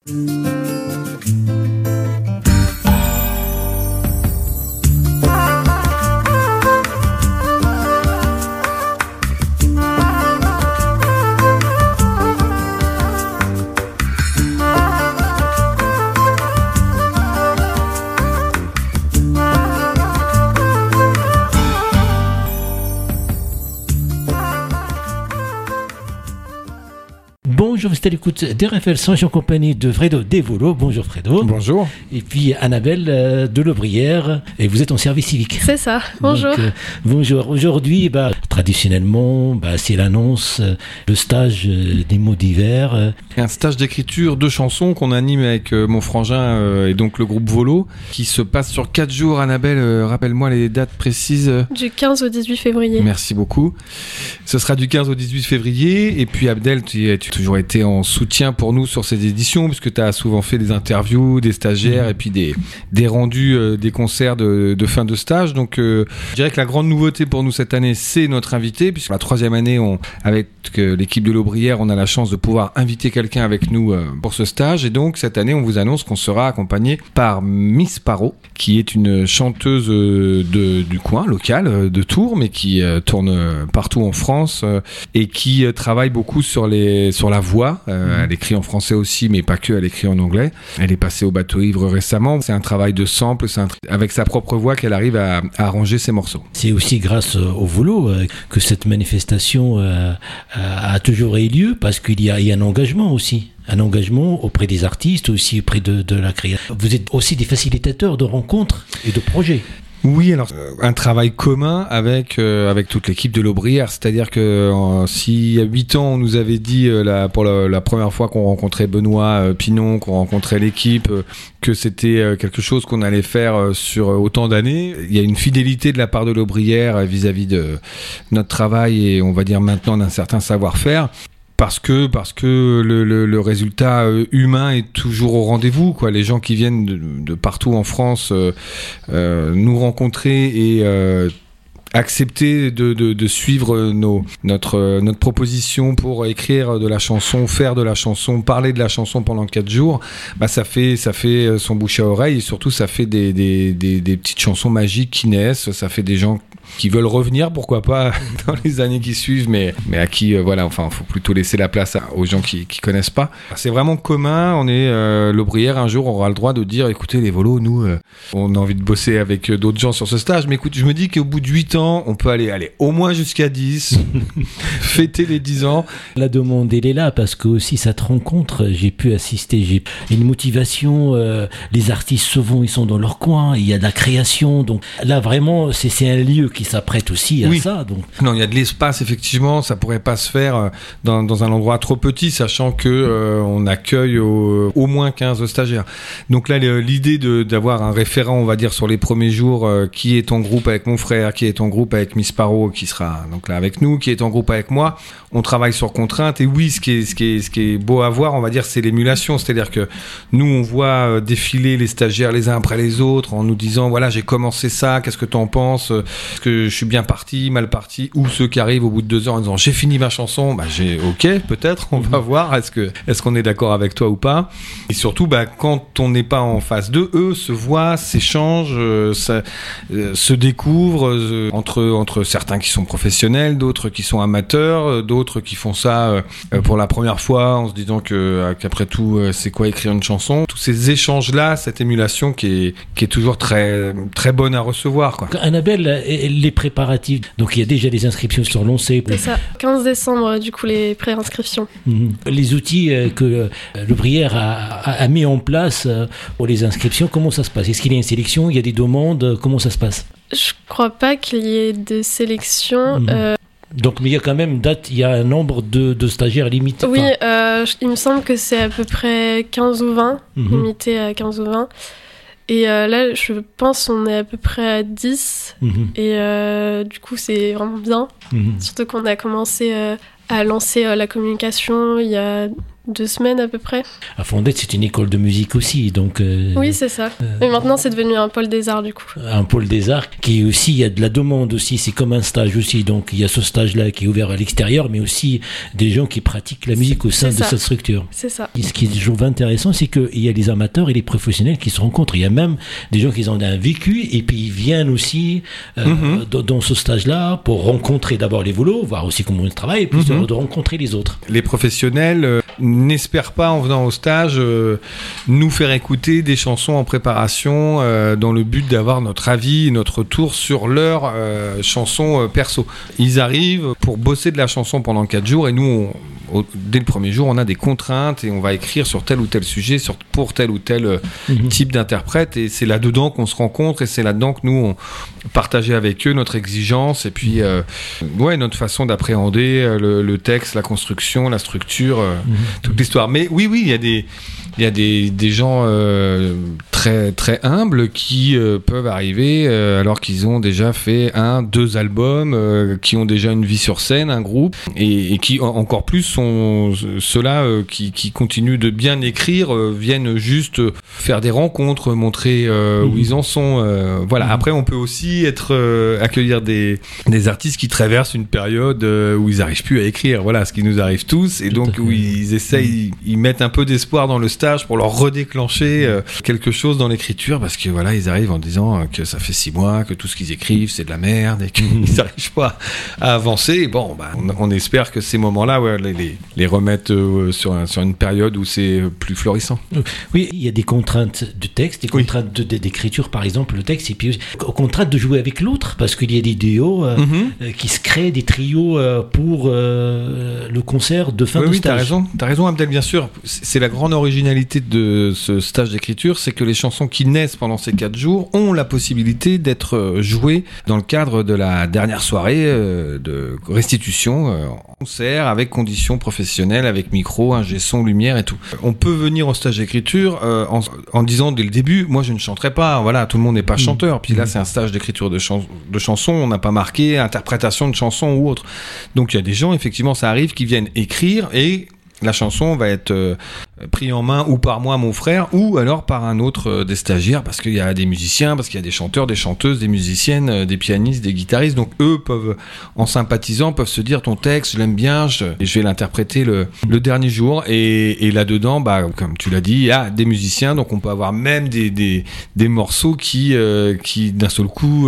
Bonjour, vous êtes à l'écoute d'RFL 100 en compagnie de Fredo Devolo. Bonjour Fredo. Bonjour. Et puis Annabelle de Lobrière. Et vous êtes en service civique. C'est ça, bonjour. Donc, bonjour. Aujourd'hui, traditionnellement, c'est l'annonce, le stage des mots d'hiver. Un stage d'écriture de chansons qu'on anime avec mon frangin et donc le groupe Volo, qui se passe sur 4 jours. Annabelle, rappelle-moi les dates précises. Du 15 au 18 février. Merci beaucoup. Ce sera du 15 au 18 février. Et puis Abdel, tu as toujours été en soutien pour nous sur ces éditions, puisque tu as souvent fait des interviews, des stagiaires et puis des rendus des concerts de fin de stage. Donc je dirais que la grande nouveauté pour nous cette année, c'est notre invité, puisque la 3e année, avec l'équipe de l'Aubrière, on a la chance de pouvoir inviter quelqu'un avec nous pour ce stage. Et donc cette année, on vous annonce qu'on sera accompagné par Miss Paro, qui est une chanteuse du coin local de Tours, mais qui tourne partout en France et qui travaille beaucoup sur la voix. Elle écrit en français aussi, mais pas que, elle écrit en anglais. Elle est passée au Bateau Ivre récemment. C'est un travail de sample, avec sa propre voix qu'elle arrive à arranger ses morceaux. C'est aussi grâce au Volo que cette manifestation a toujours eu lieu, parce qu'il y a un engagement aussi. Un engagement auprès des artistes, aussi auprès de la création. Vous êtes aussi des facilitateurs de rencontres et de projets. Oui, alors un travail commun avec toute l'équipe de l'Aubrière, c'est-à-dire que si il y a 8 ans on nous avait dit pour la première fois qu'on rencontrait Benoît Pinon, qu'on rencontrait l'équipe, que c'était quelque chose qu'on allait faire sur autant d'années, il y a une fidélité de la part de l'Aubrière vis-à-vis de notre travail et on va dire maintenant d'un certain savoir-faire. Parce que le résultat humain est toujours au rendez-vous, quoi. Les gens qui viennent de partout en France nous rencontrer et accepter de suivre notre proposition pour écrire de la chanson, faire de la chanson, parler de la chanson pendant 4 jours, ça fait son bouche à oreille et surtout ça fait des petites chansons magiques qui naissent, ça fait des gens qui veulent revenir, pourquoi pas, dans les années qui suivent, mais à qui, faut plutôt laisser la place aux gens qui connaissent pas. C'est vraiment commun, on est l'Aubrière, un jour, on aura le droit de dire, écoutez, les Volos, nous, on a envie de bosser avec d'autres gens sur ce stage, mais écoute, je me dis qu'au bout de 8 ans, on peut aller au moins jusqu'à 10, fêter les 10 ans. La demande, elle est là, parce que aussi, cette rencontre, j'ai pu assister, j'ai une motivation, les artistes, souvent, ils sont dans leur coin, il y a de la création, donc là, vraiment, c'est un lieu qui s'apprête aussi à ça. Donc. Non, il y a de l'espace, effectivement, ça pourrait pas se faire dans un endroit trop petit, sachant que on accueille au moins 15 stagiaires. Donc là, l'idée d'avoir un référent, on va dire, sur les premiers jours, qui est en groupe avec mon frère, qui est en groupe avec Miss Paro, qui sera donc là avec nous, qui est en groupe avec moi, on travaille sur contrainte. Et oui, ce qui est beau à voir, on va dire, c'est l'émulation. C'est-à-dire que nous, on voit défiler les stagiaires les uns après les autres en nous disant, voilà, j'ai commencé ça, qu'est-ce que t'en penses? Est-ce que je suis bien parti, mal parti? Ou ceux qui arrivent au bout de 2 heures en disant, j'ai fini ma chanson, ok, peut-être, on va voir, est-ce qu'on est d'accord avec toi ou pas? Et surtout, quand on n'est pas en face d'eux, eux se voient, s'échangent, se découvrent entre certains qui sont professionnels, d'autres qui sont amateurs, d'autres qui font ça pour la première fois en se disant qu'après tout, c'est quoi écrire une chanson? Tous ces échanges-là, cette émulation qui est toujours très, très bonne à recevoir, quoi. Annabelle, les préparatifs, donc il y a déjà des inscriptions sur l'ONCE. C'est ça, 15 décembre, du coup, les pré-inscriptions. Les outils que l'Aubrière a mis en place pour les inscriptions, comment ça se passe? Est-ce qu'il y a une sélection? Il y a des demandes? Comment ça se passe? Je crois pas qu'il y ait de sélection. Donc, mais il y a quand même il y a un nombre de stagiaires limité. Oui, il me semble que c'est à peu près 15 ou 20, limité à 15 ou 20. Et là, je pense qu'on est à peu près à 10. Et du coup, c'est vraiment bien. Surtout qu'on a commencé à lancer la communication il y a 2 semaines à peu près. À Fondette, c'est une école de musique aussi, donc... Oui, c'est ça. Mais maintenant, c'est devenu un pôle des arts, du coup. Un pôle des arts qui aussi, il y a de la demande aussi, c'est comme un stage aussi, donc il y a ce stage-là qui est ouvert à l'extérieur, mais aussi des gens qui pratiquent la musique au sein de cette structure. C'est ça. Et ce qui est toujours intéressant, c'est qu'il y a les amateurs et les professionnels qui se rencontrent. Il y a même des gens qui ont un vécu, et puis ils viennent aussi dans ce stage-là pour rencontrer d'abord les volos, voir aussi comment ils travaillent, et puis de rencontrer les autres. Les professionnels n'espèrent pas, en venant au stage, nous faire écouter des chansons en préparation dans le but d'avoir notre avis, notre retour sur leur chanson perso. Ils arrivent pour bosser de la chanson pendant 4 jours, et nous, dès le premier jour, on a des contraintes et on va écrire sur tel ou tel sujet, pour tel ou tel type d'interprète, et c'est là-dedans qu'on se rencontre, et c'est là-dedans que nous, on partageait avec eux notre exigence, et puis notre façon d'appréhender le texte, la construction, la structure, toute l'histoire. Mais oui, il y a des gens très, très humbles qui peuvent arriver alors qu'ils ont déjà fait 1-2 albums, qui ont déjà une vie sur scène, un groupe, et qui encore plus sont ceux-là qui continuent de bien écrire, viennent juste faire des rencontres, montrer où ils en sont. Voilà. Après, on peut aussi accueillir des artistes qui traversent une période où ils n'arrivent plus à écrire. Voilà, ce qui nous arrive tous, et donc où ils essayent, ils mettent un peu d'espoir dans le stage pour leur redéclencher quelque chose dans l'écriture, parce que voilà, ils arrivent en disant que ça fait 6 mois que tout ce qu'ils écrivent c'est de la merde et qu'ils n'arrivent pas à avancer. Et bon, on espère que ces moments-là les remettent sur une période où c'est plus florissant. Oui, il y a des contraintes de texte, des contraintes d'écriture, par exemple, le texte, et puis contraintes de jouer avec l'autre, parce qu'il y a des duos qui se créent, des trios pour le concert de fin de stage. Oui, t'as raison Abdel, bien sûr. C'est la grande originalité de ce stage d'écriture, c'est que les chansons qui naissent pendant ces 4 jours ont la possibilité d'être jouées dans le cadre de la dernière soirée de restitution en concert, avec conditions professionnelles, avec micro, ingé son, lumière et tout. On peut venir au stage d'écriture en disant dès le début, moi je ne chanterai pas, voilà, tout le monde n'est pas chanteur, puis là c'est un stage d'écriture de chansons, on n'a pas marqué interprétation de chansons ou autre. Donc il y a des gens, effectivement, ça arrive, qui viennent écrire, et la chanson va être pris en main ou par moi, mon frère, ou alors par un autre des stagiaires, parce qu'il y a des musiciens, parce qu'il y a des chanteurs, des chanteuses, des musiciennes, des pianistes, des guitaristes. Donc eux peuvent, en sympathisant, peuvent se dire ton texte, je l'aime bien, je vais l'interpréter le dernier jour. Et là-dedans, comme tu l'as dit, il y a des musiciens, donc on peut avoir même des morceaux qui d'un seul coup,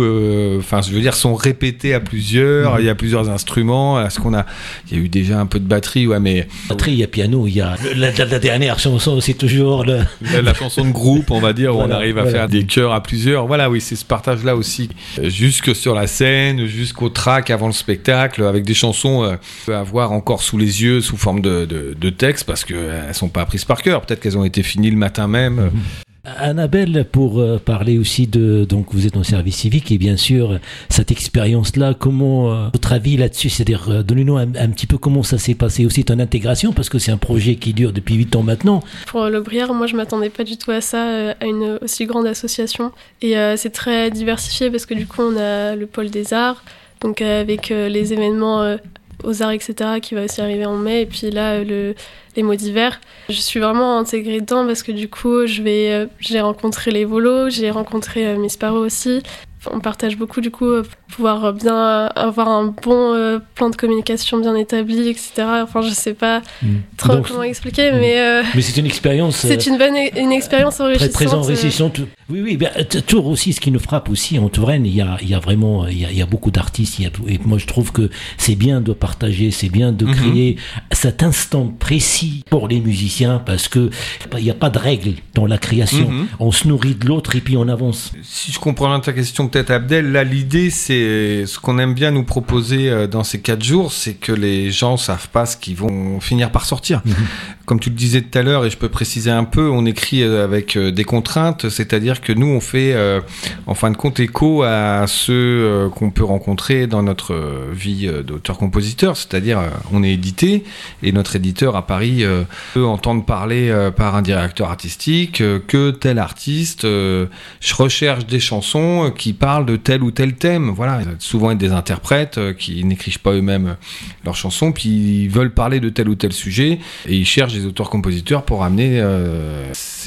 sont répétés à plusieurs. Il y a plusieurs instruments. Il y a eu déjà un peu de batterie, mais batterie, il y a piano, il y a la dernière chanson, c'est toujours la chanson de groupe, on va dire, où on arrive à faire des chœurs à plusieurs. Voilà, oui, c'est ce partage-là aussi, jusque sur la scène, jusqu'au track avant le spectacle, avec des chansons à avoir encore sous les yeux, sous forme de texte, parce qu'elles sont pas apprises par cœur. Peut-être qu'elles ont été finies le matin même. Annabelle, pour parler aussi donc vous êtes en service civique, et bien sûr cette expérience-là, comment votre avis là-dessus, c'est-à-dire donnez-nous un petit peu comment ça s'est passé aussi, ton intégration, parce que c'est un projet qui dure depuis 8 ans maintenant. Pour l'Aubrière, moi je m'attendais pas du tout à ça, à une aussi grande association, et c'est très diversifié, parce que du coup on a le pôle des arts, donc avec les événements aux arts, etc., qui va aussi arriver en mai, et puis là les mots d'hiver. Je suis vraiment intégrée dedans, parce que du coup j'ai rencontré les volos, j'ai rencontré Miss Paro aussi. On partage beaucoup, du coup, pouvoir bien avoir un bon plan de communication bien établi, etc. Enfin, je sais pas trop comment expliquer, mais c'est une expérience. C'est une expérience enrichissante. Très enrichissante. Oui. Toujours aussi, ce qui nous frappe aussi en Touraine, il y a vraiment, il y a beaucoup d'artistes. Et moi, je trouve que c'est bien de partager, c'est bien de créer cet instant précis pour les musiciens, parce que il n'y a pas de règles dans la création. On se nourrit de l'autre et puis on avance. Si je comprends bien ta question, peut-être Abdel, là l'idée, c'est ce qu'on aime bien nous proposer dans ces 4 jours, c'est que les gens savent pas ce qu'ils vont finir par sortir. Comme tu le disais tout à l'heure, et je peux préciser un peu, on écrit avec des contraintes, c'est-à-dire c'est-à-dire que nous on fait en fin de compte écho à ceux qu'on peut rencontrer dans notre vie d'auteur-compositeur, c'est-à-dire on est édité et notre éditeur à Paris peut entendre parler par un directeur artistique que tel artiste recherche des chansons qui parlent de tel ou tel thème. Voilà, souvent être des interprètes qui n'écrivent pas eux-mêmes leurs chansons, puis ils veulent parler de tel ou tel sujet et ils cherchent des auteurs-compositeurs pour amener ces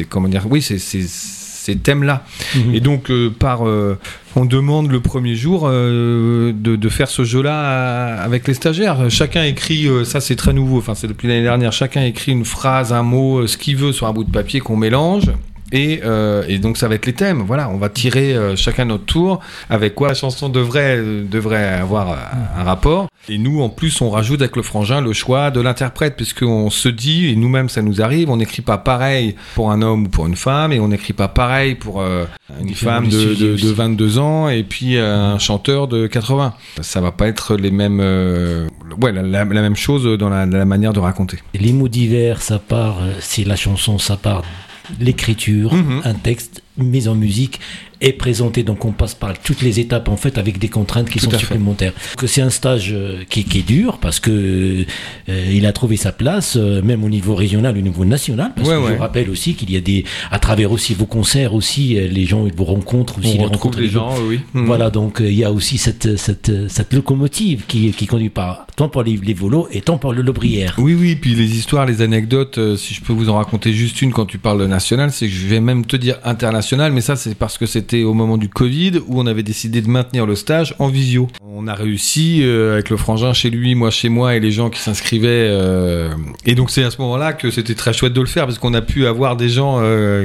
thèmes-là. Et donc on demande le premier jour de faire ce jeu-là avec les stagiaires. Chacun écrit, ça c'est très nouveau, enfin c'est depuis l'année dernière, chacun écrit une phrase, un mot, ce qu'il veut sur un bout de papier qu'on mélange. Et donc ça va être les thèmes. Voilà, on va tirer chacun notre tour avec quoi la chanson devrait avoir un rapport. Et nous, en plus, on rajoute avec le frangin le choix de l'interprète, puisqu'on se dit, et nous-mêmes ça nous arrive, on n'écrit pas pareil pour un homme ou pour une femme, et on n'écrit pas pareil pour une femme de 22 ans et puis un chanteur de 80. Ça va pas être les mêmes, la même chose dans la manière de raconter. Les mots divers, ça part, c'est la chanson, ça part l'écriture, un texte mis en musique est présenté, donc on passe par toutes les étapes en fait avec des contraintes qui sont supplémentaires. Que c'est un stage qui est dur parce que il a trouvé sa place même au niveau régional, au niveau national, parce que je rappelle aussi qu'il y a à travers aussi vos concerts aussi, les gens vous rencontrent aussi, on rencontre les gens, oui. Voilà, donc il y a aussi cette locomotive qui conduit tant pour les Volos et tant pour le Lobrière. Oui, puis les histoires, les anecdotes, si je peux vous en raconter juste une quand tu parles de national, c'est que je vais même te dire international, mais ça c'est parce que c'était au moment du Covid où on avait décidé de maintenir le stage en visio. On a réussi avec le frangin chez lui, moi chez moi et les gens qui s'inscrivaient et donc c'est à ce moment-là que c'était très chouette de le faire parce qu'on a pu avoir des gens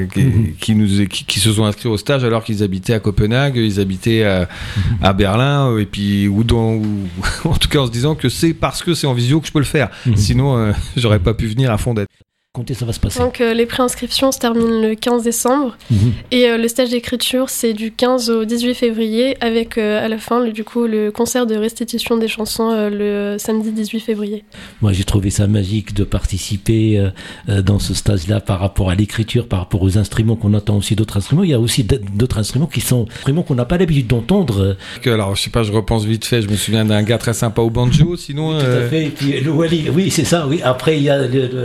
qui se sont inscrits au stage alors qu'ils habitaient à Copenhague, ils habitaient à Berlin et puis ou en tout cas en se disant que c'est parce que c'est en visio que je peux le faire. Sinon j'aurais pas pu venir à Fondette. Comptez, ça va se passer. Donc les préinscriptions se terminent le 15 décembre et le stage d'écriture c'est du 15 au 18 février avec à la fin le concert de restitution des chansons le samedi 18 février. Moi j'ai trouvé ça magique de participer dans ce stage-là par rapport à l'écriture, par rapport aux instruments qu'on entend aussi d'autres instruments. Il y a aussi d'autres instruments qui sont instruments qu'on n'a pas l'habitude d'entendre. Alors je sais pas, je repense vite fait, je me souviens d'un gars très sympa au banjo, sinon... Tout à fait, et puis le Wally, oui c'est ça, oui. Après il y a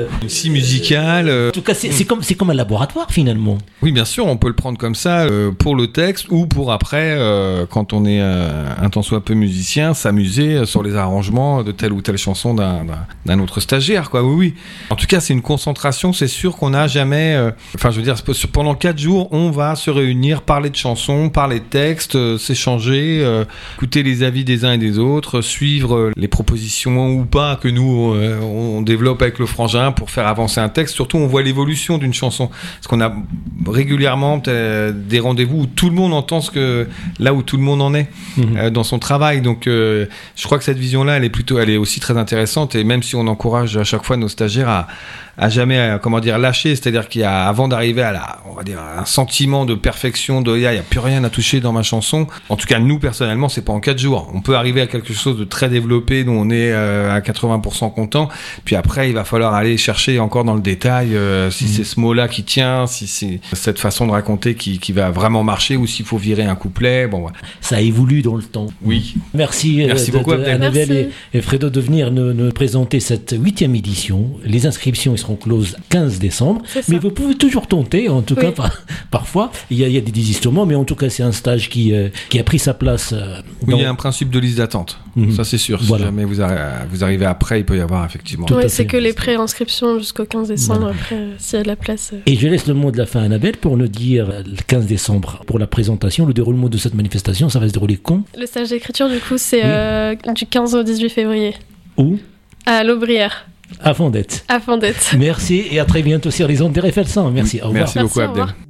si musical. En tout cas, c'est comme un laboratoire finalement. Oui, bien sûr, on peut le prendre comme ça pour le texte ou pour après, quand on est un tant soit peu musicien, s'amuser sur les arrangements de telle ou telle chanson d'un autre stagiaire, quoi. Oui. En tout cas, c'est une concentration, c'est sûr qu'on n'a jamais... Enfin, je veux dire, pendant 4 jours, on va se réunir, parler de chansons, parler de textes, s'échanger, écouter les avis des uns et des autres, suivre les propositions ou pas que nous, on développe avec le frangin pour faire avancer un texte. Surtout, on voit l'évolution d'une chanson. Parce qu'on a régulièrement des rendez-vous où tout le monde entend là où tout le monde en est dans son travail. Donc, je crois que cette vision-là, elle est aussi très intéressante. Et même si on encourage à chaque fois nos stagiaires à jamais, lâcher, c'est-à-dire qu'il y a, avant d'arriver à un sentiment de perfection, il y a plus rien à toucher dans ma chanson. En tout cas, nous, personnellement, c'est pas en 4 jours. On peut arriver à quelque chose de très développé, dont on est à 80% content. Puis après, il va falloir aller chercher encore dans le détail, si c'est ce mot-là qui tient, si c'est cette façon de raconter qui va vraiment marcher, ou s'il faut virer un couplet. Bon, voilà. Ça évolue dans le temps. Oui. Merci beaucoup, Annabelle et Fredo de venir nous présenter cette 8e édition. Les inscriptions seront closes 15 décembre, mais vous pouvez toujours tenter, en tout cas parfois il y a des désistements, mais en tout cas c'est un stage qui a pris sa place. Il y a un principe de liste d'attente, ça c'est sûr. Si jamais vous arrivez après, il peut y avoir effectivement. C'est que les préinscriptions jusqu'au 15 décembre, après s'il y a de la place. Et je laisse le mot de la fin à Annabelle pour nous dire le 15 décembre pour la présentation, le déroulement de cette manifestation, ça va se dérouler quand ? Le stage d'écriture du coup c'est du 15 au 18 février. Où ? À Lobrière. À Fondette. À Fondette. Merci et à très bientôt sur les ondes de RFL 100. Merci. Au revoir. Merci beaucoup, Abdel.